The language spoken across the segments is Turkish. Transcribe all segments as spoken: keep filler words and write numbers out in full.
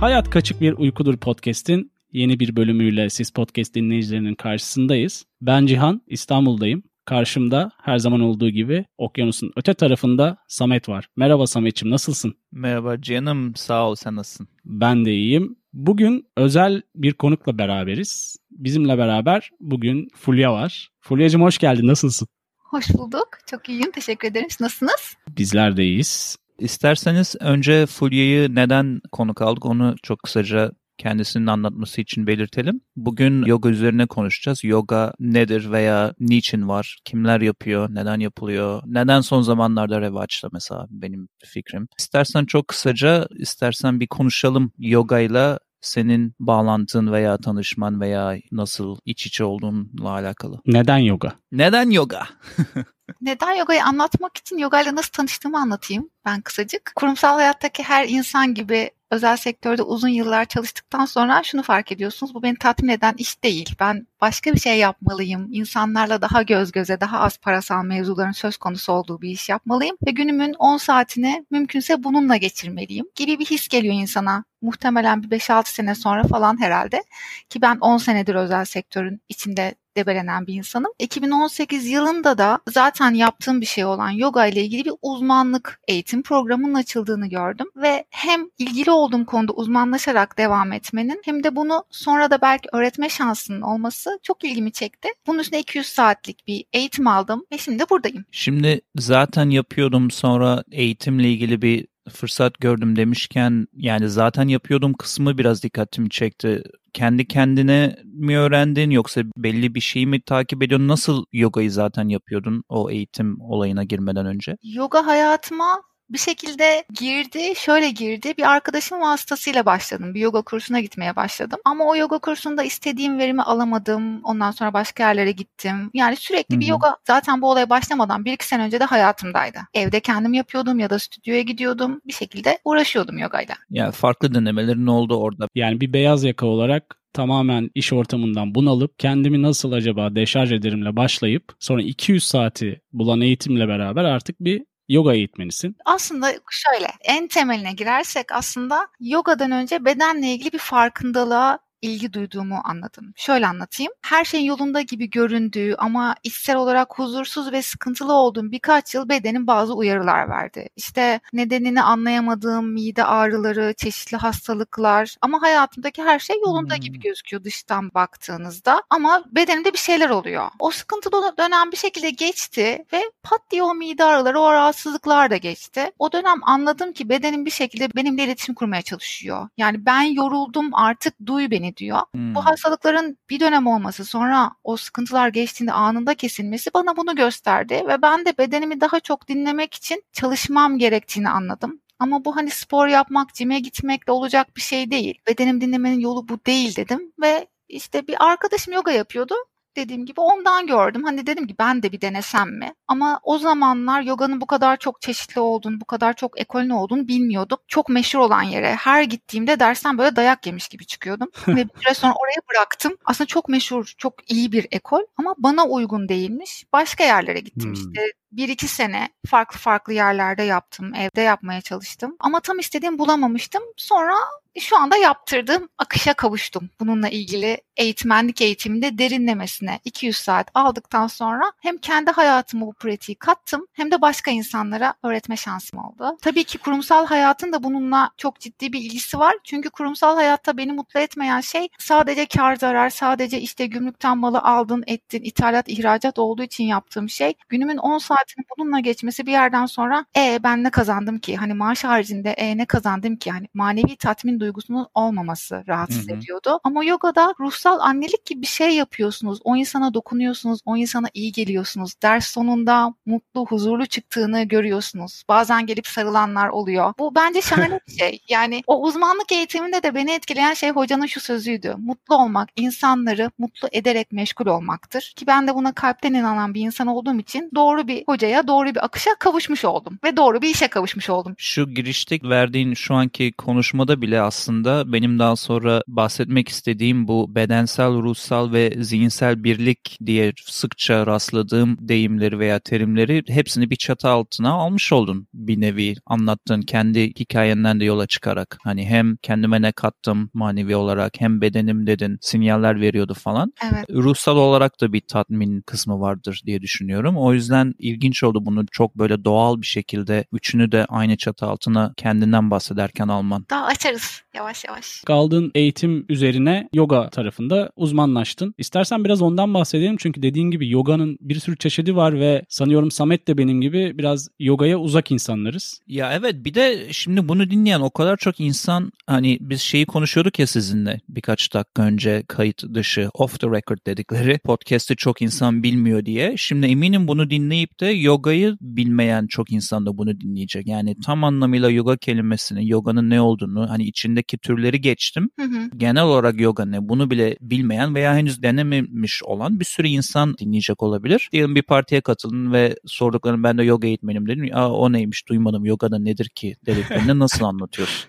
Hayat Kaçık Bir Uykudur podcast'in yeni bir bölümüyle siz podcast dinleyicilerinin karşısındayız. Ben Cihan, İstanbul'dayım. Karşımda her zaman olduğu gibi okyanusun öte tarafında Samet var. Merhaba Samet'ciğim, nasılsın? Merhaba canım, sağ ol, sen nasılsın? Ben de iyiyim. Bugün özel bir konukla beraberiz. Bizimle beraber bugün Fulya var. Fulya'cığım hoş geldin, nasılsın? Hoş bulduk, çok iyiyim, teşekkür ederim. Siz nasılsınız? Bizler de iyiyiz. İsterseniz önce Fulya'yı neden konuk aldık onu çok kısaca kendisinin anlatması için belirtelim. Bugün yoga üzerine konuşacağız. Yoga nedir veya niçin var? Kimler yapıyor? Neden yapılıyor? Neden son zamanlarda revaçta mesela benim fikrim. İstersen çok kısaca, istersen bir konuşalım yogayla senin bağlantın veya tanışman veya nasıl iç içe olduğunla alakalı. Neden yoga? Neden yoga? Neden yogayı anlatmak için yogayla nasıl tanıştığımı anlatayım ben kısacık. Kurumsal hayattaki her insan gibi özel sektörde uzun yıllar çalıştıktan sonra şunu fark ediyorsunuz. Bu beni tatmin eden iş değil. Ben başka bir şey yapmalıyım. İnsanlarla daha göz göze, daha az parasal mevzuların söz konusu olduğu bir iş yapmalıyım. Ve günümün on saatini mümkünse bununla geçirmeliyim gibi bir his geliyor insana. Muhtemelen bir beş altı sene sonra falan herhalde. Ki ben on senedir özel sektörün içinde debelenen bir insanım. iki bin on sekiz yılında da zaten yaptığım bir şey olan yoga ile ilgili bir uzmanlık eğitim programının açıldığını gördüm. Ve hem ilgili olduğum konuda uzmanlaşarak devam etmenin hem de bunu sonra da belki öğretme şansının olması çok ilgimi çekti. Bunun üstüne iki yüz saatlik bir eğitim aldım ve şimdi buradayım. Şimdi zaten yapıyordum, sonra eğitimle ilgili bir fırsat gördüm demişken, yani zaten yapıyordum kısmı biraz dikkatimi çekti. Kendi kendine mi öğrendin yoksa belli bir şeyi mi takip ediyorsun? Nasıl yogayı zaten yapıyordun o eğitim olayına girmeden önce? Yoga hayatıma bir şekilde girdi, şöyle girdi. Bir arkadaşım vasıtasıyla başladım. Bir yoga kursuna gitmeye başladım. Ama o yoga kursunda istediğim verimi alamadım. Ondan sonra başka yerlere gittim. Yani sürekli bir yoga zaten bu olaya başlamadan bir iki sene önce de hayatımdaydı. Evde kendim yapıyordum ya da stüdyoya gidiyordum. Bir şekilde uğraşıyordum yogayla. Yani farklı denemelerin oldu orada. Yani bir beyaz yaka olarak tamamen iş ortamından bunalıp kendimi nasıl acaba deşarj ederimle başlayıp sonra iki yüz saati bulan eğitimle beraber artık bir yoga eğitmenisin. Aslında şöyle, en temeline girersek aslında yogadan önce bedenle ilgili bir farkındalığa ilgi duyduğumu anladım. Şöyle anlatayım. Her şeyin yolunda gibi göründüğü ama içsel olarak huzursuz ve sıkıntılı olduğum birkaç yıl bedenim bazı uyarılar verdi. İşte nedenini anlayamadığım mide ağrıları, çeşitli hastalıklar ama hayatımdaki her şey yolunda gibi gözüküyor dıştan baktığınızda ama bedenimde bir şeyler oluyor. O sıkıntılı dönem bir şekilde geçti ve pat diye o mide ağrıları, o rahatsızlıklar da geçti. O dönem anladım ki bedenim bir şekilde benimle iletişim kurmaya çalışıyor. Yani ben yoruldum, artık duy beni diyor. Hmm. Bu hastalıkların bir dönem olması, sonra o sıkıntılar geçtiğinde anında kesilmesi bana bunu gösterdi ve ben de bedenimi daha çok dinlemek için çalışmam gerektiğini anladım. Ama bu hani spor yapmak, cime gitmekle olacak bir şey değil. Bedenim dinlemenin yolu bu değil dedim ve işte bir arkadaşım yoga yapıyordu. Dediğim gibi ondan gördüm. Hani dedim ki ben de bir denesem mi? Ama o zamanlar yoganın bu kadar çok çeşitli olduğunu, bu kadar çok ekolün olduğunu bilmiyordum. Çok meşhur olan yere her gittiğimde dersten böyle dayak yemiş gibi çıkıyordum. Ve bir süre sonra oraya bıraktım. Aslında çok meşhur, çok iyi bir ekol ama bana uygun değilmiş. Başka yerlere gittim hmm. işte. Bir iki sene farklı farklı yerlerde yaptım, evde yapmaya çalıştım. Ama tam istediğim bulamamıştım. Sonra şu anda yaptırdığım akışa kavuştum. Bununla ilgili eğitmenlik eğitiminde derinlemesine iki yüz saat aldıktan sonra hem kendi hayatıma bu pratiği kattım hem de başka insanlara öğretme şansım oldu. Tabii ki kurumsal hayatın da bununla çok ciddi bir ilgisi var. Çünkü kurumsal hayatta beni mutlu etmeyen şey sadece kar zarar, sadece işte gümrükten malı aldın, ettin, ithalat, ihracat olduğu için yaptığım şey. Günümün on saatinin bununla geçmesi bir yerden sonra e ben ne kazandım ki? Hani maaş haricinde e ne kazandım ki? Hani manevi tatmin duygusunun olmaması rahatsız hı hı. ediyordu. Ama yogada ruhsal annelik gibi bir şey yapıyorsunuz. O insana dokunuyorsunuz, o insana iyi geliyorsunuz. Ders sonunda mutlu, huzurlu çıktığını görüyorsunuz. Bazen gelip sarılanlar oluyor. Bu bence şahane bir şey. Yani o uzmanlık eğitiminde de beni etkileyen şey hocanın şu sözüydü. Mutlu olmak, insanları mutlu ederek meşgul olmaktır. Ki ben de buna kalpten inanan bir insan olduğum için doğru bir hocaya, doğru bir akışa kavuşmuş oldum ve doğru bir işe kavuşmuş oldum. Şu girişte verdiğin şu anki konuşmada bile aslında benim daha sonra bahsetmek istediğim bu bedensel, ruhsal ve zihinsel birlik diye sıkça rastladığım deyimleri veya terimleri hepsini bir çatı altına almış oldun bir nevi, anlattığın kendi hikayenden de yola çıkarak. Hani hem kendime ne kattım manevi olarak, hem bedenim dedin, sinyaller veriyordu falan. Evet. Ruhsal olarak da bir tatmin kısmı vardır diye düşünüyorum. O yüzden ilginç oldu bunu çok böyle doğal bir şekilde üçünü de aynı çatı altına kendinden bahsederken alman. Daha açarız yavaş yavaş. Kaldığın eğitim üzerine yoga tarafında uzmanlaştın. İstersen biraz ondan bahsedelim çünkü dediğin gibi yoganın bir sürü çeşidi var ve sanıyorum Samet de benim gibi biraz yogaya uzak insanlarız. Ya evet, bir de şimdi bunu dinleyen o kadar çok insan, hani biz şeyi konuşuyorduk ya sizinle birkaç dakika önce kayıt dışı, off the record dedikleri podcast'ı çok insan bilmiyor diye. Şimdi eminim bunu dinleyip de yogayı bilmeyen çok insan da bunu dinleyecek. Yani tam anlamıyla yoga kelimesinin, yoganın ne olduğunu, hani içindeki türleri geçtim. Hı hı. Genel olarak yoga ne bunu bile bilmeyen veya henüz denememiş olan bir sürü insan dinleyecek olabilir. Diyelim bir partiye katıldın ve sorduklarını ben de yoga eğitmenim dedim. Aa, o neymiş, duymadım, yogada nedir ki dediklerini nasıl anlatıyorsun?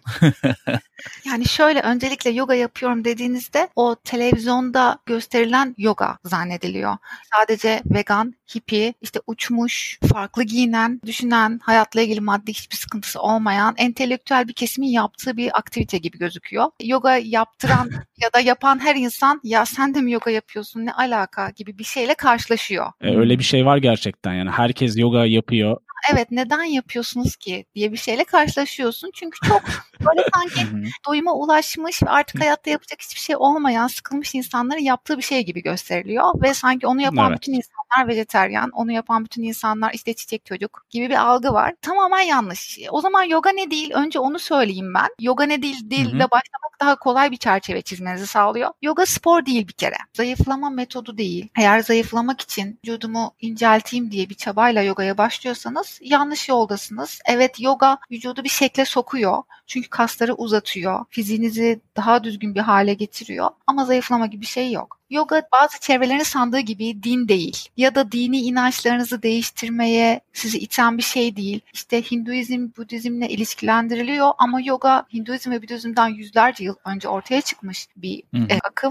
Yani şöyle, öncelikle yoga yapıyorum dediğinizde o televizyonda gösterilen yoga zannediliyor. Sadece vegan, hippie, işte uçmuş, farklı giyinen, düşünen, hayatla ilgili maddi hiçbir sıkıntısı olmayan, entelektüel bir kesimin yaptığı bir aktivite gibi gözüküyor. Yoga yaptıran ya da yapan her insan ya sen de mi yoga yapıyorsun, ne alaka gibi bir şeyle karşılaşıyor. Ee, öyle bir şey var gerçekten, yani herkes yoga yapıyor. Evet, neden yapıyorsunuz ki diye bir şeyle karşılaşıyorsun. Çünkü çok böyle sanki doyuma ulaşmış ve artık hayatta yapacak hiçbir şey olmayan, sıkılmış insanların yaptığı bir şey gibi gösteriliyor. Ve sanki onu yapan Evet. bütün insanlar vejeteryan, onu yapan bütün insanlar işte çiçek çocuk gibi bir algı var. Tamamen yanlış. O zaman yoga ne değil? Önce onu söyleyeyim ben. Yoga ne değil değil de başlamak daha kolay bir çerçeve çizmenizi sağlıyor. Yoga spor değil bir kere. Zayıflama metodu değil. Eğer zayıflamak için vücudumu incelteyim diye bir çabayla yogaya başlıyorsanız yanlış yoldasınız. Evet, yoga vücudu bir şekle sokuyor. Çünkü kasları uzatıyor. Fiziğinizi daha düzgün bir hale getiriyor. Ama zayıflama gibi bir şey yok. Yoga bazı çevrelerin sandığı gibi din değil. Ya da dini inançlarınızı değiştirmeye sizi iten bir şey değil. İşte Hinduizm, Budizmle ilişkilendiriliyor ama yoga Hinduizm ve Budizm'den yüzlerce yıl önce ortaya çıkmış bir e, akım.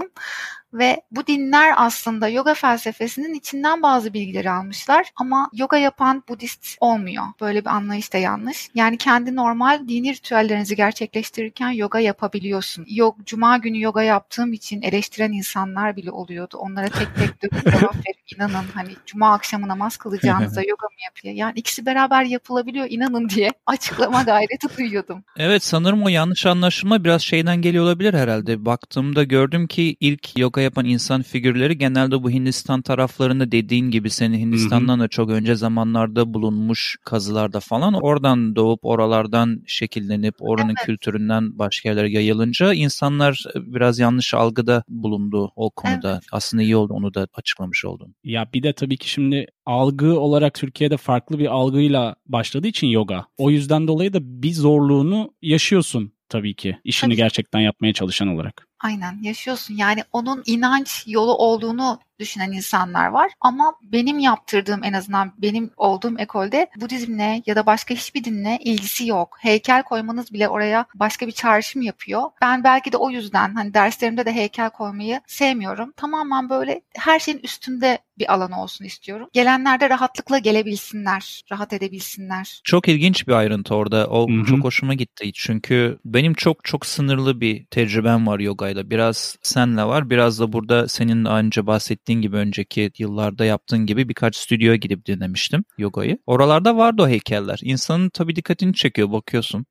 Ve bu dinler aslında yoga felsefesinin içinden bazı bilgileri almışlar ama yoga yapan Budist olmuyor. Böyle bir anlayış da yanlış. Yani kendi normal dini ritüellerinizi gerçekleştirirken yoga yapabiliyorsun. Yok, Cuma günü yoga yaptığım için eleştiren insanlar bile oluyordu. Onlara tek tek dönüp cevap verip inanın hani Cuma akşamı namaz kılacağınıza yoga mı yapıyor? Yani ikisi beraber yapılabiliyor, inanın diye açıklama gayreti duyuyordum. Evet, sanırım o yanlış anlaşılma biraz şeyden geliyor olabilir herhalde. Baktığımda gördüm ki ilk yoga yapan insan figürleri genelde bu Hindistan taraflarında, dediğin gibi senin Hindistan'dan da çok önce zamanlarda bulunmuş kazılarda falan, oradan doğup oralardan şekillenip oranın evet. kültüründen başka yerlere yayılınca insanlar biraz yanlış algıda bulundu o konuda. Evet. Aslında iyi oldu, onu da açıklamış oldun. Ya bir de tabii ki şimdi algı olarak Türkiye'de farklı bir algıyla başladığı için yoga. O yüzden dolayı da bir zorluğunu yaşıyorsun tabii ki işini tabii. gerçekten yapmaya çalışan olarak. Aynen, yaşıyorsun. Yani onun inanç yolu olduğunu düşünen insanlar var. Ama benim yaptırdığım, en azından benim olduğum ekolde Budizmle ya da başka hiçbir dinle ilgisi yok. Heykel koymanız bile oraya başka bir çağrışım yapıyor. Ben belki de o yüzden hani derslerimde de heykel koymayı sevmiyorum. Tamamen böyle her şeyin üstünde bir alan olsun istiyorum. Gelenler de rahatlıkla gelebilsinler, rahat edebilsinler. Çok ilginç bir ayrıntı orada. O Hı-hı. çok hoşuma gitti. Çünkü benim çok çok sınırlı bir tecrübem var yogayla. Biraz senle var, biraz da burada senin önce bahsettiğin gibi önceki yıllarda yaptığın gibi birkaç stüdyoya gidip dinlemiştim yogayı. Oralarda vardı o heykeller. İnsanın tabii dikkatini çekiyor, bakıyorsun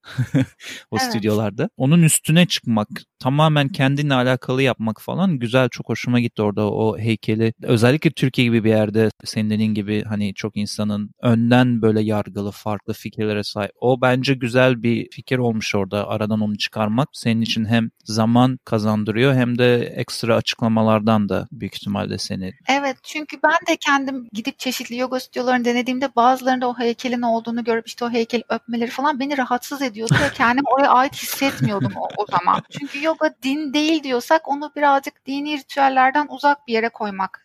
o evet. stüdyolarda. Onun üstüne çıkmak, tamamen kendinle alakalı yapmak falan güzel, çok hoşuma gitti orada o heykeli. Özellikle Türkiye gibi bir yerde senin dediğin gibi hani çok insanın önden böyle yargılı, farklı fikirlere sahip. O bence güzel bir fikir olmuş orada, aradan onu çıkarmak. Senin için hem zaman kazandırıyor hem de ekstra açıklamalardan da büyük ihtimalle seni. Evet, çünkü ben de kendim gidip çeşitli yoga stüdyolarını denediğimde bazılarında o heykelin olduğunu görüp işte o heykeli öpmeleri falan beni rahatsız ediyordu ve kendimi oraya ait hissetmiyordum o, o zaman. Çünkü yoga din değil diyorsak onu birazcık dini ritüellerden uzak bir yere koymak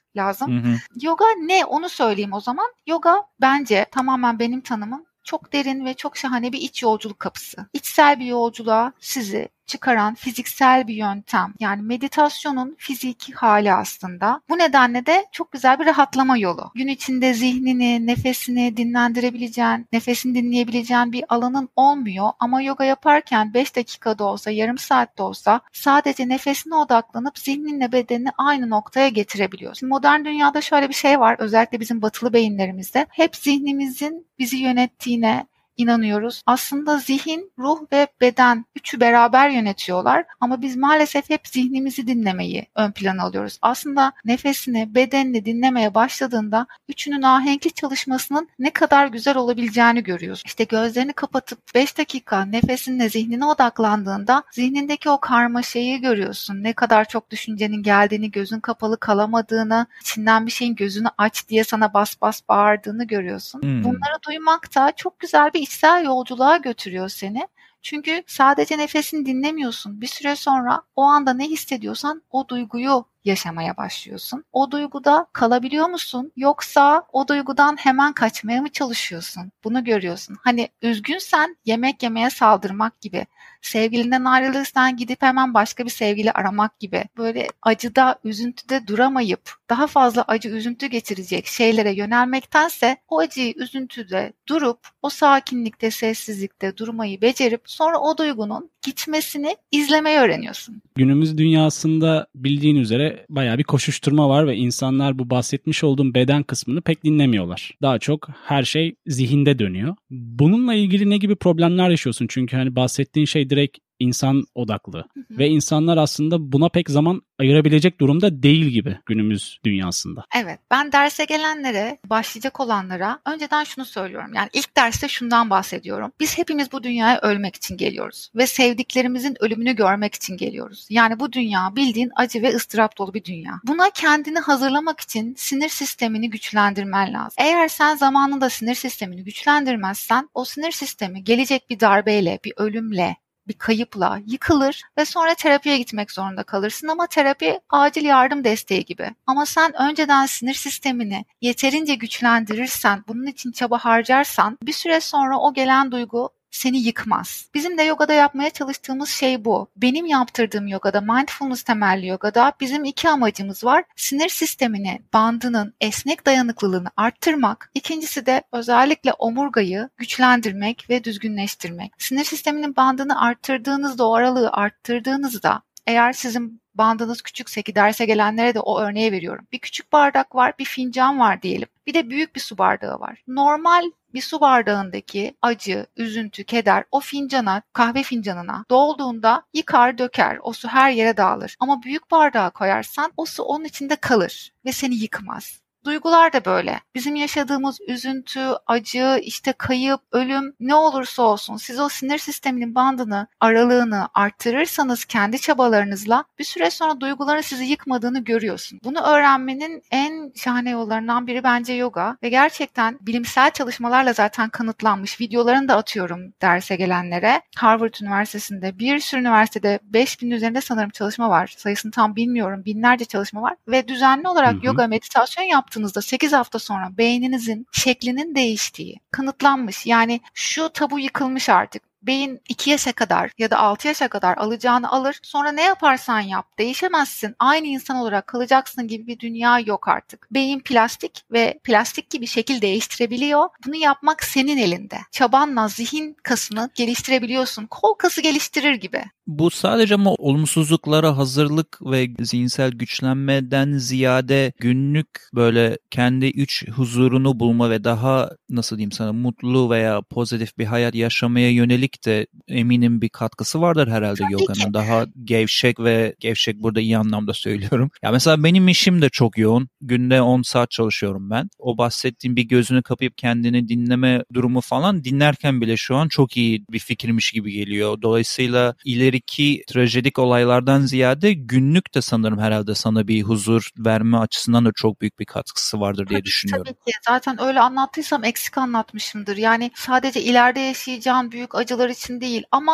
lazım. Hı hı. Yoga ne? Onu söyleyeyim o zaman. Yoga bence tamamen benim tanımım. Çok derin ve çok şahane bir iç yolculuk kapısı. İçsel bir yolculuğa sizi çıkaran fiziksel bir yöntem. Yani meditasyonun fiziki hali aslında. Bu nedenle de çok güzel bir rahatlama yolu. Gün içinde zihnini, nefesini dinlendirebileceğin, nefesini dinleyebileceğin bir alanın olmuyor. Ama yoga yaparken beş dakikada olsa, yarım saatte olsa sadece nefesine odaklanıp zihninle bedenini aynı noktaya getirebiliyorsun. Şimdi modern dünyada şöyle bir şey var. Özellikle bizim batılı beyinlerimizde. Hep zihnimizin bizi yönettiğine inanıyoruz. Aslında zihin, ruh ve beden üçü beraber yönetiyorlar ama biz maalesef hep zihnimizi dinlemeyi ön plana alıyoruz. Aslında nefesini, bedenini dinlemeye başladığında üçünün ahenkli çalışmasının ne kadar güzel olabileceğini görüyoruz. İşte gözlerini kapatıp beş dakika nefesinle zihnine odaklandığında zihnindeki o karmaşayı görüyorsun. Ne kadar çok düşüncenin geldiğini, gözün kapalı kalamadığını, içinden bir şeyin gözünü aç diye sana bas bas bağırdığını görüyorsun. Hmm. Bunları duymak da çok güzel bir içsel yolculuğa götürüyor seni. Çünkü sadece nefesini dinlemiyorsun. Bir süre sonra o anda ne hissediyorsan o duyguyu yaşamaya başlıyorsun. O duyguda kalabiliyor musun? Yoksa o duygudan hemen kaçmaya mı çalışıyorsun? Bunu görüyorsun. Hani üzgünsen yemek yemeye saldırmak gibi. Sevgilinden ayrılırsan gidip hemen başka bir sevgili aramak gibi. Böyle acıda, üzüntüde duramayıp daha fazla acı, üzüntü getirecek şeylere yönelmektense o acıyı, üzüntüde durup o sakinlikte, sessizlikte durmayı becerip sonra o duygunun gitmesini izlemeyi öğreniyorsun. Günümüz dünyasında bildiğin üzere bayağı bir koşuşturma var ve insanlar bu bahsetmiş olduğum beden kısmını pek dinlemiyorlar. Daha çok her şey zihinde dönüyor. Bununla ilgili ne gibi problemler yaşıyorsun? Çünkü hani bahsettiğin şey direkt insan odaklı. Hı hı. Ve insanlar aslında buna pek zaman ayırabilecek durumda değil gibi günümüz dünyasında. Evet, ben derse gelenlere, başlayacak olanlara önceden şunu söylüyorum. Yani ilk derste şundan bahsediyorum. Biz hepimiz bu dünyaya ölmek için geliyoruz ve sevdiklerimizin ölümünü görmek için geliyoruz. Yani bu dünya bildiğin acı ve ıstırap dolu bir dünya. Buna kendini hazırlamak için sinir sistemini güçlendirmen lazım. Eğer sen zamanında sinir sistemini güçlendirmezsen o sinir sistemi gelecek bir darbeyle, bir ölümle, bir kayıpla yıkılır ve sonra terapiye gitmek zorunda kalırsın ama terapi acil yardım desteği gibi. Ama sen önceden sinir sistemini yeterince güçlendirirsen, bunun için çaba harcarsan bir süre sonra o gelen duygu seni yıkmaz. Bizim de yogada yapmaya çalıştığımız şey bu. Benim yaptırdığım yogada, mindfulness temelli yogada bizim iki amacımız var. Sinir sistemini, bandının esnek dayanıklılığını arttırmak. İkincisi de özellikle omurgayı güçlendirmek ve düzgünleştirmek. Sinir sisteminin bandını arttırdığınızda, o aralığı arttırdığınızda eğer sizin bandınız küçükse, ki derse gelenlere de o örneği veriyorum. Bir küçük bardak var, bir fincan var diyelim. Bir de büyük bir su bardağı var. Normal bir su bardağındaki acı, üzüntü, keder o fincana, kahve fincanına dolduğunda yıkar, döker. O su her yere dağılır. Ama büyük bardağa koyarsan o su onun içinde kalır ve seni yıkmaz. Duygular da böyle. Bizim yaşadığımız üzüntü, acı, işte kayıp, ölüm ne olursa olsun siz o sinir sisteminin bandını, aralığını arttırırsanız kendi çabalarınızla bir süre sonra duyguların sizi yıkmadığını görüyorsun. Bunu öğrenmenin en şahane yollarından biri bence yoga ve gerçekten bilimsel çalışmalarla zaten kanıtlanmış. Videolarını da atıyorum derse gelenlere. Harvard Üniversitesi'nde bir sürü üniversitede beş bin üzerinde sanırım çalışma var. Sayısını tam bilmiyorum. Binlerce çalışma var ve düzenli olarak hı hı. yoga, meditasyon yaptığınızda sekiz hafta sonra beyninizin şeklinin değiştiği kanıtlanmış. Yani şu tabu yıkılmış artık. Beyin iki yaşa kadar ya da altı yaşa kadar alacağını alır. Sonra ne yaparsan yap değişemezsin. Aynı insan olarak kalacaksın gibi bir dünya yok artık. Beyin plastik ve plastik gibi şekil değiştirebiliyor. Bunu yapmak senin elinde. Çabanla zihin kasını geliştirebiliyorsun. Kol kası geliştirir gibi. Bu sadece ama olumsuzluklara hazırlık ve zihinsel güçlenmeden ziyade günlük böyle kendi iç huzurunu bulma ve daha nasıl diyeyim sana mutlu veya pozitif bir hayat yaşamaya yönelik de eminim bir katkısı vardır herhalde Tabii yoganın. Ki. Daha gevşek ve gevşek burada iyi anlamda söylüyorum. Ya mesela benim işim de çok yoğun. Günde on saat çalışıyorum ben. O bahsettiğim bir gözünü kapayıp kendini dinleme durumu falan dinlerken bile şu an çok iyi bir fikirmiş gibi geliyor. Dolayısıyla ileriki trajedik olaylardan ziyade günlük de sanırım herhalde sana bir huzur verme açısından da çok büyük bir katkısı vardır diye tabii, düşünüyorum. Tabii ki. Zaten öyle anlattıysam eksik anlatmışımdır. Yani sadece ileride yaşayacağın büyük acılar için değil ama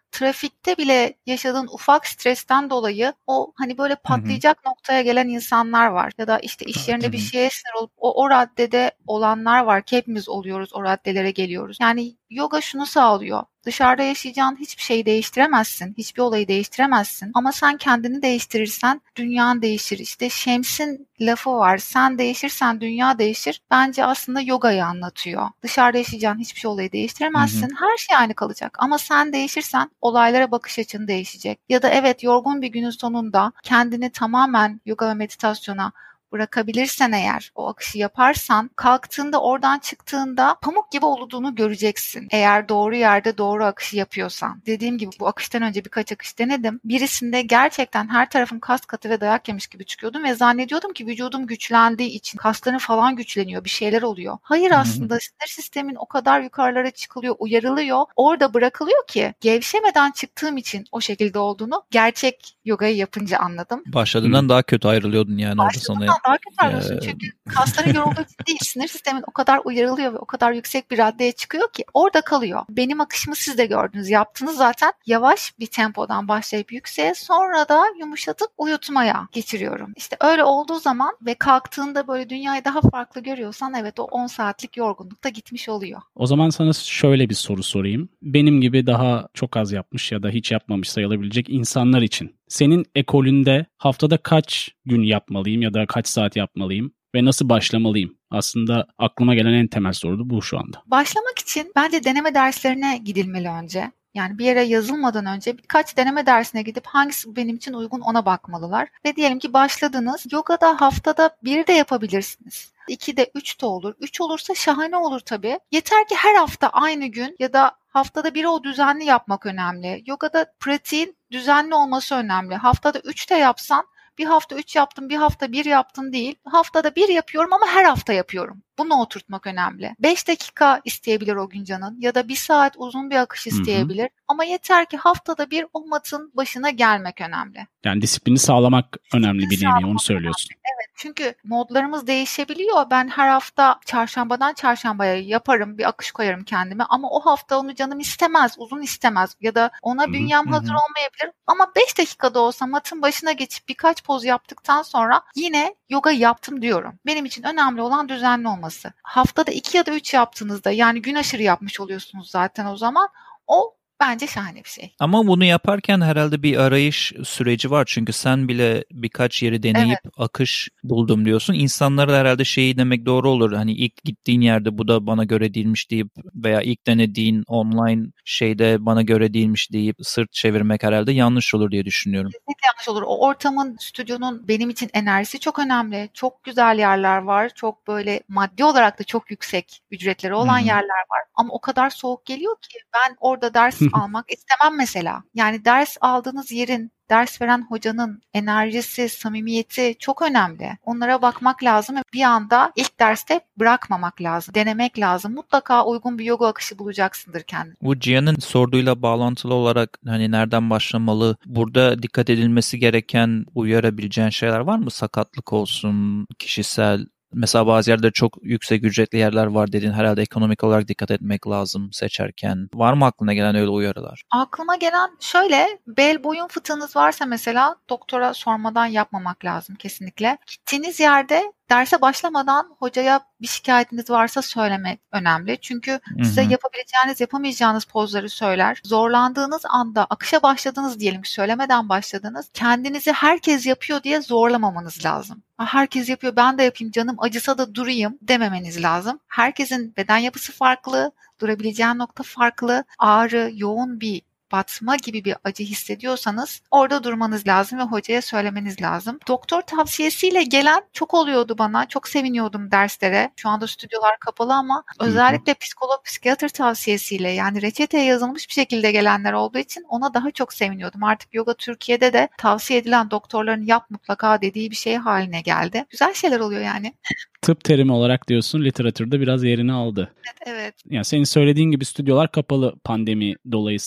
trafikte bile yaşadığın ufak stresten dolayı o hani böyle patlayacak hı hı. noktaya gelen insanlar var. Ya da işte iş yerinde hı hı. bir şeye sinir olup o, o raddede olanlar var ki hepimiz oluyoruz, o raddelere geliyoruz. Yani yoga şunu sağlıyor. Dışarıda yaşayacağın hiçbir şeyi değiştiremezsin. Hiçbir olayı değiştiremezsin. Ama sen kendini değiştirirsen dünyan değişir. İşte Şems'in lafı var. Sen değişirsen dünya değişir. Bence aslında yogayı anlatıyor. Dışarıda yaşayacağın hiçbir şey olayı değiştiremezsin. Hı hı. Her şey aynı kalacak. Ama sen değişirsen olaylara bakış açın değişecek. Ya da evet, yorgun bir günün sonunda kendini tamamen yoga ve meditasyona bırakabilirsen eğer, o akışı yaparsan, kalktığında, oradan çıktığında pamuk gibi olduğunu göreceksin. Eğer doğru yerde doğru akışı yapıyorsan. Dediğim gibi bu akıştan önce birkaç akış denedim. Birisinde gerçekten her tarafım kas katı ve dayak yemiş gibi çıkıyordum ve zannediyordum ki vücudum güçlendiği için kasların falan güçleniyor, bir şeyler oluyor. Hayır, aslında sinir sistemin o kadar yukarılara çıkılıyor, uyarılıyor, orada bırakılıyor ki gevşemeden çıktığım için o şekilde olduğunu gerçek yogayı yapınca anladım. Başladığından hmm. daha kötü ayrılıyordun yani orada sana. Daha kötü ayrılıyorsun çünkü kasların yorulduğu için değil, sinir sistemin o kadar uyarılıyor ve o kadar yüksek bir raddeye çıkıyor ki orada kalıyor. Benim akışımı siz de gördünüz, yaptınız zaten. Yavaş bir tempodan başlayıp yükseğe, sonra da yumuşatıp uyutmaya geçiriyorum. İşte öyle olduğu zaman ve kalktığında böyle dünyayı daha farklı görüyorsan, evet, o on saatlik yorgunluk da gitmiş oluyor. O zaman sana şöyle bir soru sorayım. Benim gibi daha çok az yapmış ya da hiç yapmamış sayılabilecek insanlar için senin ekolünde haftada kaç gün yapmalıyım ya da kaç saat yapmalıyım ve nasıl başlamalıyım? Aslında aklıma gelen en temel soru da bu şu anda. Başlamak için bence deneme derslerine gidilmeli önce. Yani bir yere yazılmadan önce birkaç deneme dersine gidip hangisi benim için uygun ona bakmalılar. Ve diyelim ki başladınız. Yogada haftada bir de yapabilirsiniz. iki de üç de olur. üç olursa şahane olur tabii. Yeter ki her hafta aynı gün ya da haftada bir o düzenli yapmak önemli. Yogada pratiğin düzenli olması önemli. Haftada üç de yapsan, bir hafta üç yaptın, bir hafta bir yaptın değil. Haftada bir yapıyorum ama her hafta yapıyorum. Bunu oturtmak önemli. beş dakika isteyebilir o gün canın ya da bir saat uzun bir akış isteyebilir. Hı hı. Ama yeter ki haftada bir o matın başına gelmek önemli. Yani disiplini sağlamak önemli bir nevi, onu söylüyorsun. Önemli. Evet, çünkü modlarımız değişebiliyor. Ben her hafta çarşambadan çarşambaya yaparım, bir akış koyarım kendime ama o hafta onu canım istemez, uzun istemez ya da ona bünyem hazır olmayabilir. Ama beş dakikada olsa matın başına geçip birkaç poz yaptıktan sonra yine yoga yaptım diyorum. Benim için önemli olan düzenli olması. Haftada iki ya da üç yaptığınızda, yani gün aşırı yapmış oluyorsunuz zaten o zaman. O bence şahane bir şey. Ama bunu yaparken herhalde bir arayış süreci var. Çünkü sen bile birkaç yeri deneyip evet. akış buldum diyorsun. İnsanlara da herhalde şeyi demek doğru olur. Hani ilk gittiğin yerde bu da bana göre değilmiş deyip veya ilk denediğin online şeyde bana göre değilmiş deyip sırt çevirmek herhalde yanlış olur diye düşünüyorum. Kesinlikle yanlış olur. O ortamın, stüdyonun benim için enerjisi çok önemli. Çok güzel yerler var. Çok böyle maddi olarak da çok yüksek ücretleri olan hmm. yerler var. Ama o kadar soğuk geliyor ki ben orada ders almak istemem mesela. Yani ders aldığınız yerin, ders veren hocanın enerjisi, samimiyeti çok önemli. Onlara bakmak lazım ve bir anda ilk derste bırakmamak lazım. Denemek lazım. Mutlaka uygun bir yoga akışı bulacaksındır kendine. Bu Cihan'ın sorduğuyla bağlantılı olarak hani nereden başlamalı? Burada dikkat edilmesi gereken, uyarabileceğin şeyler var mı? Sakatlık olsun, kişisel. Mesela bazı yerde çok yüksek ücretli yerler var dedin. Herhalde ekonomik olarak dikkat etmek lazım seçerken. Var mı aklına gelen öyle uyarılar? Aklıma gelen şöyle, bel boyun fıtığınız varsa mesela doktora sormadan yapmamak lazım kesinlikle. Gittiğiniz yerde derse başlamadan hocaya bir şikayetiniz varsa söylemek önemli. Çünkü Hı-hı. size yapabileceğiniz, yapamayacağınız pozları söyler. Zorlandığınız anda, akışa başladınız diyelim ki, söylemeden başladınız. Kendinizi herkes yapıyor diye zorlamamanız lazım. Herkes yapıyor, ben de yapayım, canım acısa da durayım dememeniz lazım. Herkesin beden yapısı farklı, durabileceği nokta farklı. Ağrı, yoğun bir batma gibi bir acı hissediyorsanız orada durmanız lazım ve hocaya söylemeniz lazım. Doktor tavsiyesiyle gelen çok oluyordu bana. Çok seviniyordum derslere. Şu anda stüdyolar kapalı ama özellikle psikolog, psikiyatr tavsiyesiyle, yani reçeteye yazılmış bir şekilde gelenler olduğu için ona daha çok seviniyordum. Artık yoga Türkiye'de de tavsiye edilen, doktorların yap mutlaka dediği bir şey haline geldi. Güzel şeyler oluyor yani. Tıp terimi olarak diyorsun, literatürde biraz yerini aldı. Evet, evet. Yani senin söylediğin gibi stüdyolar kapalı pandemi dolayısıyla ve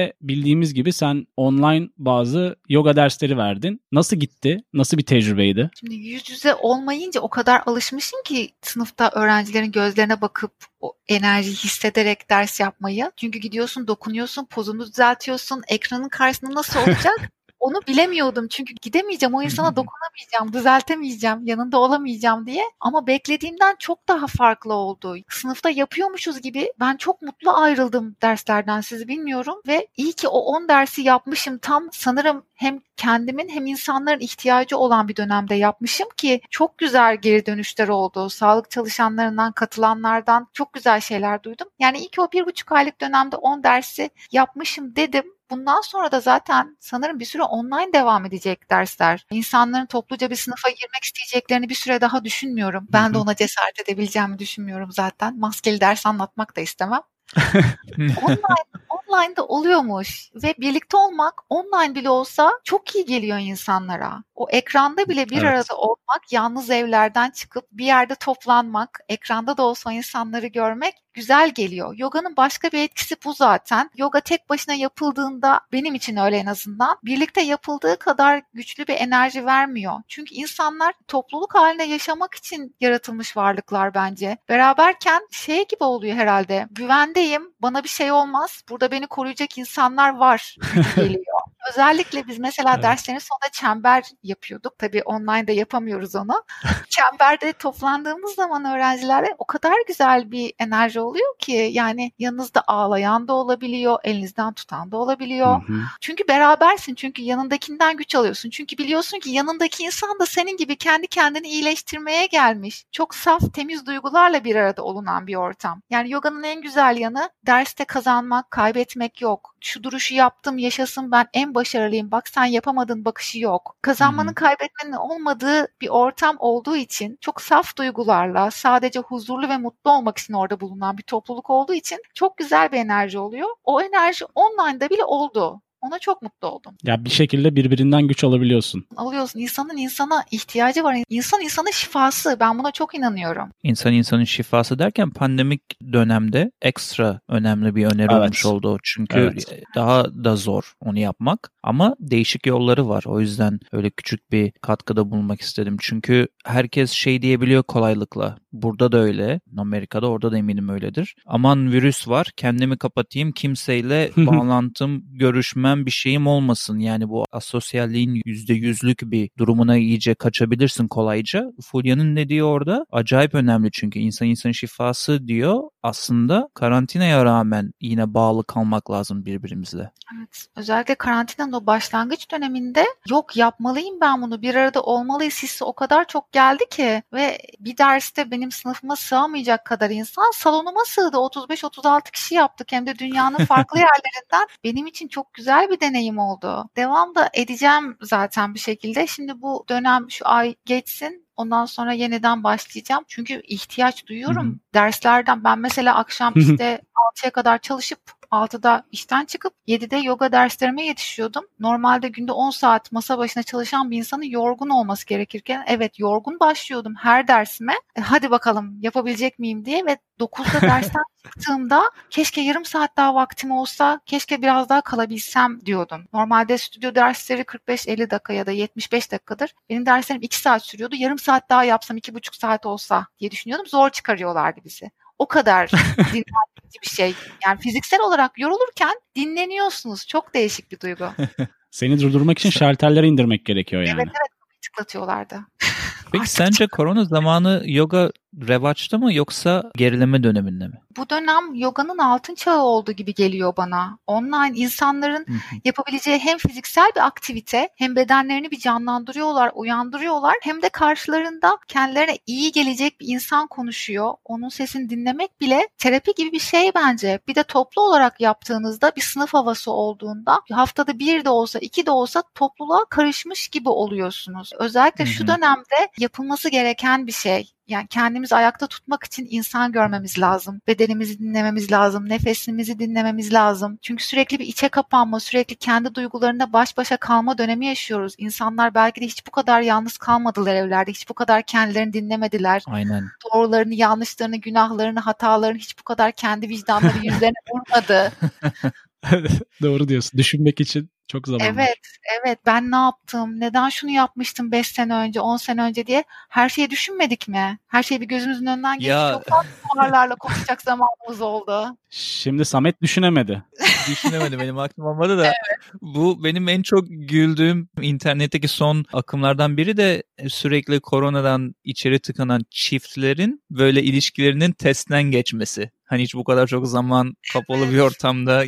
de bildiğimiz gibi sen online bazı yoga dersleri verdin. Nasıl gitti? Nasıl bir tecrübeydi? Şimdi yüz yüze olmayınca o kadar alışmışım ki sınıfta öğrencilerin gözlerine bakıp o enerjiyi hissederek ders yapmayı. Çünkü gidiyorsun, dokunuyorsun, pozunu düzeltiyorsun, ekranın karşısında nasıl olacak? Onu bilemiyordum çünkü gidemeyeceğim, o insana dokunamayacağım, düzeltemeyeceğim, yanında olamayacağım diye. Ama beklediğimden çok daha farklı oldu. Sınıfta yapıyormuşuz gibi ben çok mutlu ayrıldım derslerden, sizi bilmiyorum. Ve iyi ki o on dersi yapmışım. Tam sanırım hem kendimin hem insanların ihtiyacı olan bir dönemde yapmışım ki çok güzel geri dönüşler oldu. Sağlık çalışanlarından, katılanlardan çok güzel şeyler duydum. Yani iyi ki o bir buçuk aylık dönemde on dersi yapmışım dedim. Bundan sonra da zaten sanırım bir süre online devam edecek dersler. İnsanların topluca bir sınıfa girmek isteyeceklerini bir süre daha düşünmüyorum. Ben de ona cesaret edebileceğimi düşünmüyorum zaten. Maskeli ders anlatmak da istemem. Online, online'da oluyormuş ve birlikte olmak online bile olsa çok iyi geliyor insanlara. O ekranda bile bir Evet. arada olmak, yalnız evlerden çıkıp bir yerde toplanmak, ekranda da olsa insanları görmek güzel geliyor. Yoga'nın başka bir etkisi bu zaten. Yoga tek başına yapıldığında, benim için öyle en azından, birlikte yapıldığı kadar güçlü bir enerji vermiyor. Çünkü insanlar topluluk halinde yaşamak için yaratılmış varlıklar bence. Beraberken şey gibi oluyor herhalde. Güvendeyim, bana bir şey olmaz. Burada beni koruyacak insanlar var gibi geliyor. Özellikle biz mesela Evet. derslerin sonunda çember yapıyorduk. Tabii online'da yapamıyoruz onu. Çemberde toplandığımız zaman öğrencilerle o kadar güzel bir enerji oluyor ki, yani yanınızda ağlayan da olabiliyor, elinizden tutan da olabiliyor. Hı hı. Çünkü berabersin, çünkü yanındakinden güç alıyorsun. Çünkü biliyorsun ki yanındaki insan da senin gibi kendi kendini iyileştirmeye gelmiş. Çok saf, temiz duygularla bir arada olunan bir ortam. Yani yoganın en güzel yanı, derste kazanmak, kaybetmek yok. Şu duruşu yaptım, yaşasın, ben en başarılıyım, bak sen yapamadın bakışı yok. Kazanmanın, Hı-hı. kaybetmenin olmadığı bir ortam olduğu için, çok saf duygularla sadece huzurlu ve mutlu olmak için orada bulunan bir topluluk olduğu için çok güzel bir enerji oluyor. O enerji online'da bile oldu. Ona çok mutlu oldum. Ya bir şekilde birbirinden güç alabiliyorsun. Alıyorsun. İnsanın insana ihtiyacı var. İnsan insanın şifası. Ben buna çok inanıyorum. İnsan insanın şifası derken pandemik dönemde ekstra önemli bir öneri Evet. olmuş oldu. Çünkü Evet. daha da zor onu yapmak. Ama değişik yolları var. O yüzden öyle küçük bir katkıda bulunmak istedim. Çünkü herkes şey diyebiliyor kolaylıkla. Burada da öyle. Amerika'da, orada da eminim öyledir. Aman virüs var, kendimi kapatayım, kimseyle bağlantım, görüşmem, bir şeyim olmasın. Yani bu asosyalliğin yüzde yüzlük bir durumuna iyice kaçabilirsin kolayca. Fulya'nın dediği orada acayip önemli, çünkü insan insanın şifası diyor. Aslında karantinaya rağmen yine bağlı kalmak lazım birbirimizle. Evet. Özellikle karantinanın o başlangıç döneminde yok yapmalıyım ben bunu, bir arada olmalıyız hissi o kadar çok geldi ki ve bir derste benim sınıfıma sığamayacak kadar insan salonuma sığdı. otuz beş otuz altı kişi yaptık, hem de dünyanın farklı yerlerinden. Benim için çok güzel bir deneyim oldu. Devam da edeceğim zaten bir şekilde. Şimdi bu dönem, şu ay geçsin. Ondan sonra yeniden başlayacağım. Çünkü ihtiyaç duyuyorum. Hı-hı. Derslerden ben mesela akşam işte altıya kadar çalışıp altıda işten çıkıp yedide yoga derslerime yetişiyordum. Normalde günde on saat masa başına çalışan bir insanın yorgun olması gerekirken, evet, yorgun başlıyordum her dersime. E, hadi bakalım yapabilecek miyim diye ve dokuzda dersten çıktığımda keşke yarım saat daha vaktim olsa, keşke biraz daha kalabilsem diyordum. Normalde stüdyo dersleri kırk beş elli dakika ya da yetmiş beş dakikadır. Benim derslerim iki saat sürüyordu. Yarım saat daha yapsam iki buçuk saat olsa diye düşünüyordum. Zor çıkarıyorlardı bizi. O kadar dinlendirici bir şey. Yani fiziksel olarak yorulurken dinleniyorsunuz. Çok değişik bir duygu. Seni durdurmak için şalterleri indirmek gerekiyor yani. Evet evet. Tıklatıyorlardı. Peki sence korona zamanı yoga revaçta mı yoksa gerileme döneminde mi? Bu dönem yoganın altın çağı olduğu gibi geliyor bana. Online insanların yapabileceği hem fiziksel bir aktivite, hem bedenlerini bir canlandırıyorlar, uyandırıyorlar, hem de karşılarında kendilerine iyi gelecek bir insan konuşuyor. Onun sesini dinlemek bile terapi gibi bir şey bence. Bir de toplu olarak yaptığınızda, bir sınıf havası olduğunda, haftada bir de olsa, iki de olsa topluluğa karışmış gibi oluyorsunuz. Özellikle şu dönemde yapılması gereken bir şey. Yani kendimizi ayakta tutmak için insan görmemiz lazım. Bedenimizi dinlememiz lazım. Nefesimizi dinlememiz lazım. Çünkü sürekli bir içe kapanma, sürekli kendi duygularına baş başa kalma dönemi yaşıyoruz. İnsanlar belki de hiç bu kadar yalnız kalmadılar evlerde. Hiç bu kadar kendilerini dinlemediler. Aynen. Doğrularını, yanlışlarını, günahlarını, hatalarını hiç bu kadar kendi vicdanları yüzlerine vurmadı. Doğru diyorsun. Düşünmek için çok zaman Evet, var. evet. Ben ne yaptım? Neden şunu yapmıştım beş sene önce, on sene önce diye her şeyi düşünmedik mi? Her şey bir gözümüzün önünden geçti. Ya Çok fazla duvarlarla konuşacak zamanımız oldu. Şimdi Samet düşünemedi. düşünemedim, benim aklım olmadı da. Bu benim en çok güldüğüm internetteki son akımlardan biri de sürekli koronadan içeri tıkanan çiftlerin böyle ilişkilerinin testten geçmesi. Hani hiç bu kadar çok zaman kapalı bir ortamda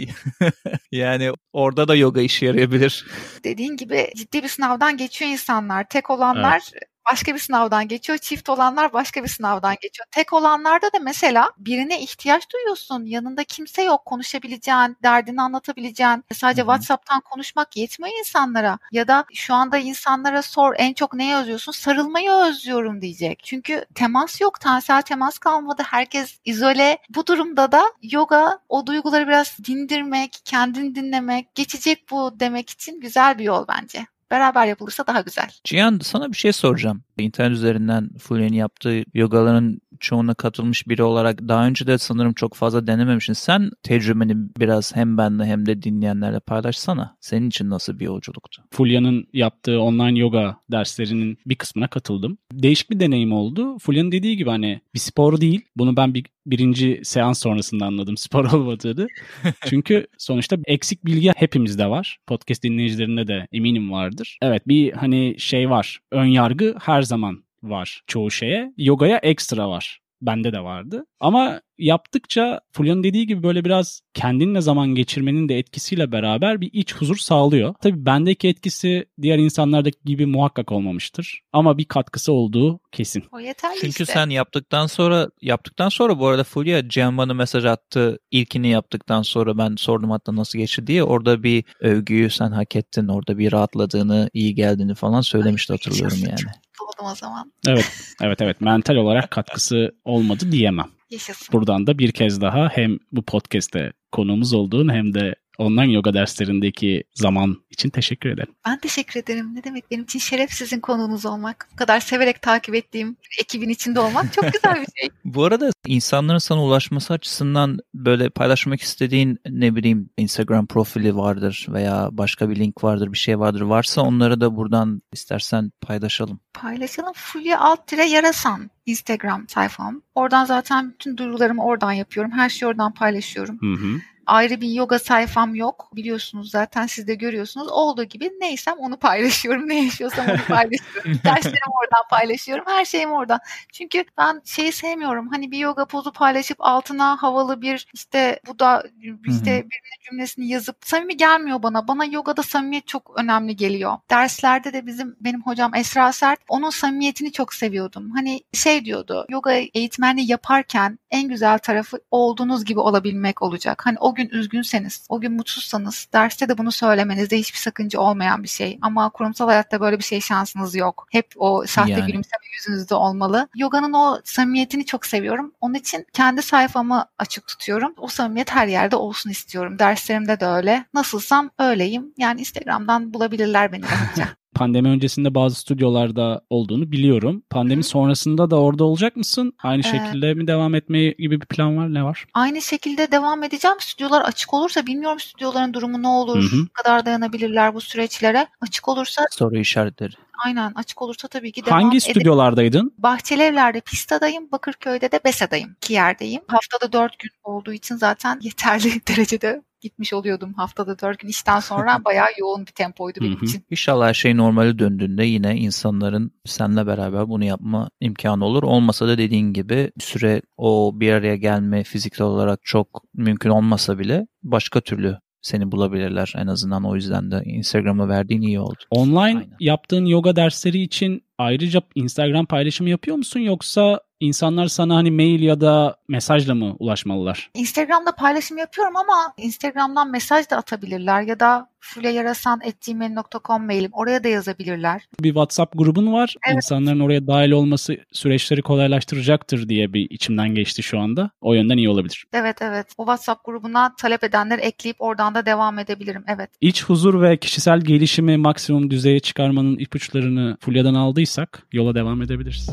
yani orada da yoga işe yarayabilir. Dediğin gibi ciddi bir sınavdan geçiyor insanlar. Tek olanlar Evet. başka bir sınavdan geçiyor. Çift olanlar başka bir sınavdan geçiyor. Tek olanlarda da mesela birine ihtiyaç duyuyorsun. Yanında kimse yok konuşabileceğin, derdini anlatabileceğin. Sadece Hı hı. WhatsApp'tan konuşmak yetmiyor insanlara. Ya da şu anda insanlara sor en çok neyi özlüyorsun? Sarılmayı özlüyorum diyecek. Çünkü temas yok. Tensel temas kalmadı. Herkes izole. Bu durumda da yoga o duyguları biraz dindirmek, kendini dinlemek, geçecek bu demek için güzel bir yol bence. Beraber yapılırsa daha güzel. Cihan, sana bir şey soracağım. İnternet üzerinden Fulya'nın yaptığı yogaların çoğuna katılmış biri olarak daha önce de sanırım çok fazla denememişsin. Sen tecrübeni biraz hem benle hem de dinleyenlerle paylaşsana. Senin için nasıl bir yolculuktu? Fulya'nın yaptığı online yoga derslerinin bir kısmına katıldım. Değişik bir deneyim oldu. Fulya'nın dediği gibi hani bir spor değil. Bunu ben bir birinci seans sonrasında anladım spor olmadığını. Çünkü sonuçta eksik bilgi hepimizde var. Podcast dinleyicilerinde de eminim vardır. Evet, bir hani şey var. Ön yargı her zaman var çoğu şeye. Yogaya ekstra var. Bende de vardı. Ama yaptıkça Fulya'nın dediği gibi böyle biraz kendinle zaman geçirmenin de etkisiyle beraber bir iç huzur sağlıyor. Tabii bendeki etkisi diğer insanlardaki gibi muhakkak olmamıştır. Ama bir katkısı olduğu kesin. O yeterli Çünkü işte. sen yaptıktan sonra yaptıktan sonra bu arada Fulya Cihan bana mesaj attı. İlkini yaptıktan sonra ben sordum hatta nasıl geçti diye. Orada bir övgüyü sen hak ettin. Orada bir rahatladığını, iyi geldiğini falan söylemişti, Ay, hatırlıyorum yaşasın. yani. Çok mutlu oldum o zaman. Evet, evet, evet. Mental olarak katkısı olmadı diyemem. Yaşasın. Buradan da bir kez daha hem bu podcast'te konuğumuz olduğun hem de online yoga derslerindeki zaman için teşekkür ederim. Ben teşekkür ederim. Ne demek, benim için şeref sizin konuğunuz olmak. Bu kadar severek takip ettiğim bir ekibin içinde olmak çok güzel bir şey. Bu arada insanların sana ulaşması açısından böyle paylaşmak istediğin ne bileyim Instagram profili vardır veya başka bir link vardır, bir şey vardır. Varsa onları da buradan istersen paylaşalım. Paylaşalım. Fulya alt tire yarasan Instagram sayfam. Oradan zaten bütün duyurularımı oradan yapıyorum. Her şeyi oradan paylaşıyorum. Hı hı. Ayrı bir yoga sayfam yok. Biliyorsunuz zaten, siz de görüyorsunuz. Olduğu gibi neysem onu paylaşıyorum. Ne yaşıyorsam onu paylaşıyorum. Derslerimi oradan paylaşıyorum. Her şeyim oradan. Çünkü ben şeyi sevmiyorum. Hani bir yoga pozu paylaşıp altına havalı bir işte bu da işte birinin cümlesini yazıp samimi gelmiyor bana. Bana yogada samimiyet çok önemli geliyor. Derslerde de bizim benim hocam Esra Sert, onun samimiyetini çok seviyordum. Hani şey diyordu. Yoga eğitmenliği yaparken en güzel tarafı olduğunuz gibi olabilmek olacak. Hani o gün üzgünseniz, o gün mutsuzsanız derste de bunu söylemenizde hiçbir sakınca olmayan bir şey. Ama kurumsal hayatta böyle bir şey şansınız yok. Hep o sahte Yani. gülümseme yüzünüzde olmalı. Yoga'nın o samimiyetini çok seviyorum. Onun için kendi sayfamı açık tutuyorum. O samimiyet her yerde olsun istiyorum. Derslerimde de öyle. Nasılsam öyleyim. Yani Instagram'dan bulabilirler beni rahatça. Pandemi öncesinde bazı stüdyolarda olduğunu biliyorum. Pandemi Hı. sonrasında da orada olacak mısın? Aynı Ee, şekilde mi devam etmeye gibi bir plan var? Ne var? Aynı şekilde devam edeceğim. Stüdyolar açık olursa, bilmiyorum stüdyoların durumu ne olur, Hı hı. ne kadar dayanabilirler bu süreçlere. Açık olursa, Soru işaretleri. aynen açık olursa tabii ki devam Hangi ederim. stüdyolardaydın? Bahçelievler'de Pista'dayım, Bakırköy'de de Besa'dayım. İki yerdeyim. Haftada dört gün olduğu için zaten yeterli derecede gitmiş oluyordum haftada dört gün. İşten sonra bayağı yoğun bir tempoydu benim Hı hı. için. İnşallah her şey normale döndüğünde yine insanların seninle beraber bunu yapma imkanı olur. Olmasa da dediğin gibi bir süre o bir araya gelme fiziksel olarak çok mümkün olmasa bile başka türlü seni bulabilirler. En azından o yüzden de Instagram'a verdiğin iyi oldu. Online Aynen. yaptığın yoga dersleri için ayrıca Instagram paylaşımı yapıyor musun? Yoksa insanlar sana hani mail ya da mesajla mı ulaşmalılar? Instagram'da paylaşım yapıyorum ama Instagram'dan mesaj da atabilirler ya da fulyayarasan at gmail nokta com mailim. Oraya da yazabilirler. Bir WhatsApp grubun var. Evet. İnsanların oraya dahil olması süreçleri kolaylaştıracaktır diye bir içimden geçti şu anda. O yönden iyi olabilir. Evet evet. O WhatsApp grubuna talep edenleri ekleyip oradan da devam edebilirim. Evet. İç huzur ve kişisel gelişimi maksimum düzeye çıkarmanın ipuçlarını Fulya'dan aldıysak yola devam edebiliriz.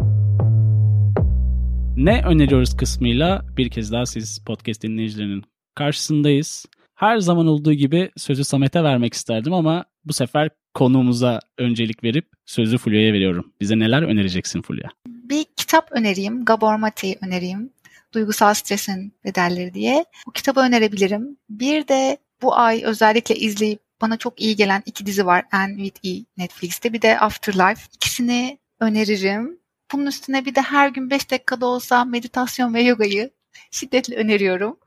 Ne öneriyoruz kısmıyla bir kez daha siz podcast dinleyicilerinin karşısındayız. Her zaman olduğu gibi sözü Samet'e vermek isterdim ama bu sefer konuğumuza öncelik verip sözü Fulya'ya veriyorum. Bize neler önereceksin Fulya? Bir kitap önereyim. Gabor Mate'yi önereyim. Duygusal Stresin Bedelleri diye. Bu kitabı önerebilirim. Bir de bu ay özellikle izleyip bana çok iyi gelen iki dizi var. Anne with E Netflix'te. Bir de Afterlife. İkisini öneririm. Bunun üstüne bir de her gün beş dakikada olsa meditasyon ve yogayı şiddetle öneriyorum.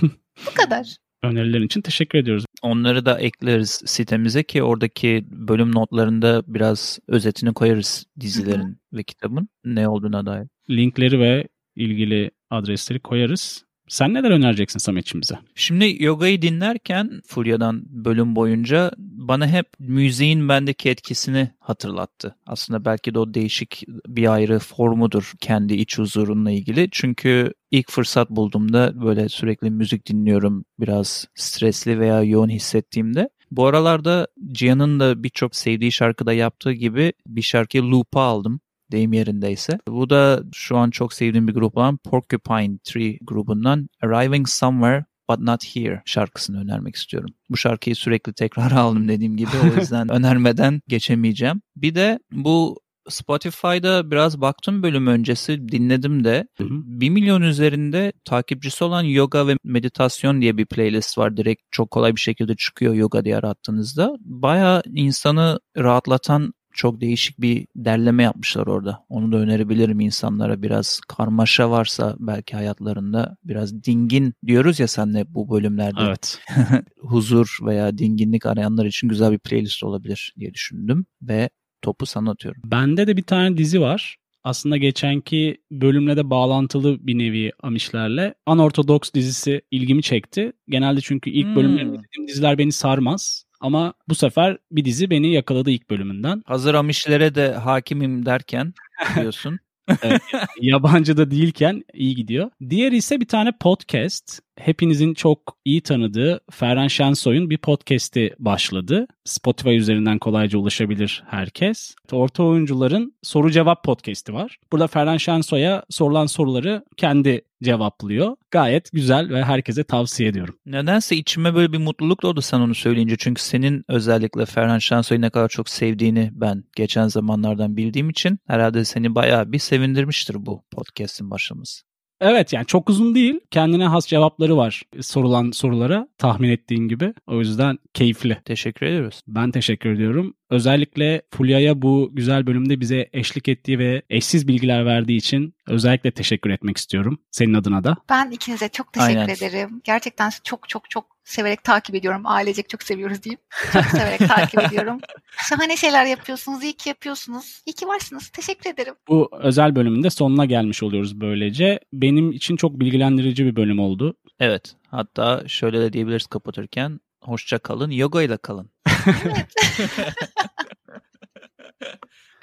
Bu kadar. Önerilerin için teşekkür ediyoruz. Onları da ekleriz sitemize ki oradaki bölüm notlarında biraz özetini koyarız dizilerin hı hı. ve kitabın ne olduğuna dair. Linkleri ve ilgili adresleri koyarız. Sen neler önereceksin Samet'ciğim bize? Şimdi yogayı dinlerken Fulya'dan bölüm boyunca bana hep müziğin bendeki etkisini hatırlattı. Aslında belki de o değişik bir ayrı formudur kendi iç huzurunla ilgili. Çünkü ilk fırsat bulduğumda böyle sürekli müzik dinliyorum biraz stresli veya yoğun hissettiğimde. Bu aralarda Cihan'ın da birçok sevdiği şarkıda yaptığı gibi bir şarkıyı loop'a aldım. Deyim yerindeyse. Bu da şu an çok sevdiğim bir grup olan Porcupine Tree grubundan Arriving Somewhere But Not Here şarkısını önermek istiyorum. Bu şarkıyı sürekli tekrar aldım dediğim gibi, o yüzden önermeden geçemeyeceğim. Bir de bu Spotify'da biraz baktım bölüm öncesi, dinledim de. Hı hı. Bir milyon üzerinde takipçisi olan yoga ve meditasyon diye bir playlist var. Direkt çok kolay bir şekilde çıkıyor yoga diye arattığınızda. Bayağı insanı rahatlatan çok değişik bir derleme yapmışlar orada. Onu da önerebilirim insanlara. Biraz karmaşa varsa belki hayatlarında, biraz dingin diyoruz ya senle bu bölümlerde. Evet. Huzur veya dinginlik arayanlar için güzel bir playlist olabilir diye düşündüm ve topu sana atıyorum. Bende de bir tane dizi var. Aslında geçenki bölümle de bağlantılı bir nevi Amişlerle. Unorthodox dizisi ilgimi çekti. Genelde çünkü ilk hmm. bölümlerinde izlediğim diziler beni sarmaz. Ama bu sefer bir dizi beni yakaladı ilk bölümünden. Hazır Amişlere de hakimim derken diyorsun. Evet, yabancı da değilken iyi gidiyor. Diğeri ise bir tane podcast. Hepinizin çok iyi tanıdığı Ferhan Şensoy'un bir podcast'i başladı. Spotify üzerinden kolayca ulaşabilir herkes. Orta oyuncuların soru cevap podcast'i var. Burada Ferhan Şensoy'a sorulan soruları kendi cevaplıyor. Gayet güzel ve herkese tavsiye ediyorum. Nedense içime böyle bir mutluluk doğdu sen onu söyleyince. Çünkü senin özellikle Ferhan Şensoy'u ne kadar çok sevdiğini ben geçen zamanlardan bildiğim için herhalde seni bayağı bir sevindirmiştir bu podcast'in başlaması. Evet, yani çok uzun değil. Kendine has cevapları var sorulan sorulara, tahmin ettiğin gibi. O yüzden keyifli. Teşekkür ediyoruz. Ben teşekkür ediyorum. Özellikle Fulya'ya bu güzel bölümde bize eşlik ettiği ve eşsiz bilgiler verdiği için özellikle teşekkür etmek istiyorum. Senin adına da. Ben ikinize çok teşekkür Aynen. ederim. Gerçekten çok çok çok severek takip ediyorum. Ailecek çok seviyoruz diyeyim. Çok severek takip ediyorum. Şahane şeyler yapıyorsunuz. İyi ki yapıyorsunuz. İyi ki varsınız. Teşekkür ederim. Bu özel bölümün de sonuna gelmiş oluyoruz böylece. Benim için çok bilgilendirici bir bölüm oldu. Evet. Hatta şöyle de diyebiliriz kapatırken. Hoşça kalın. Yoga ile kalın. Evet.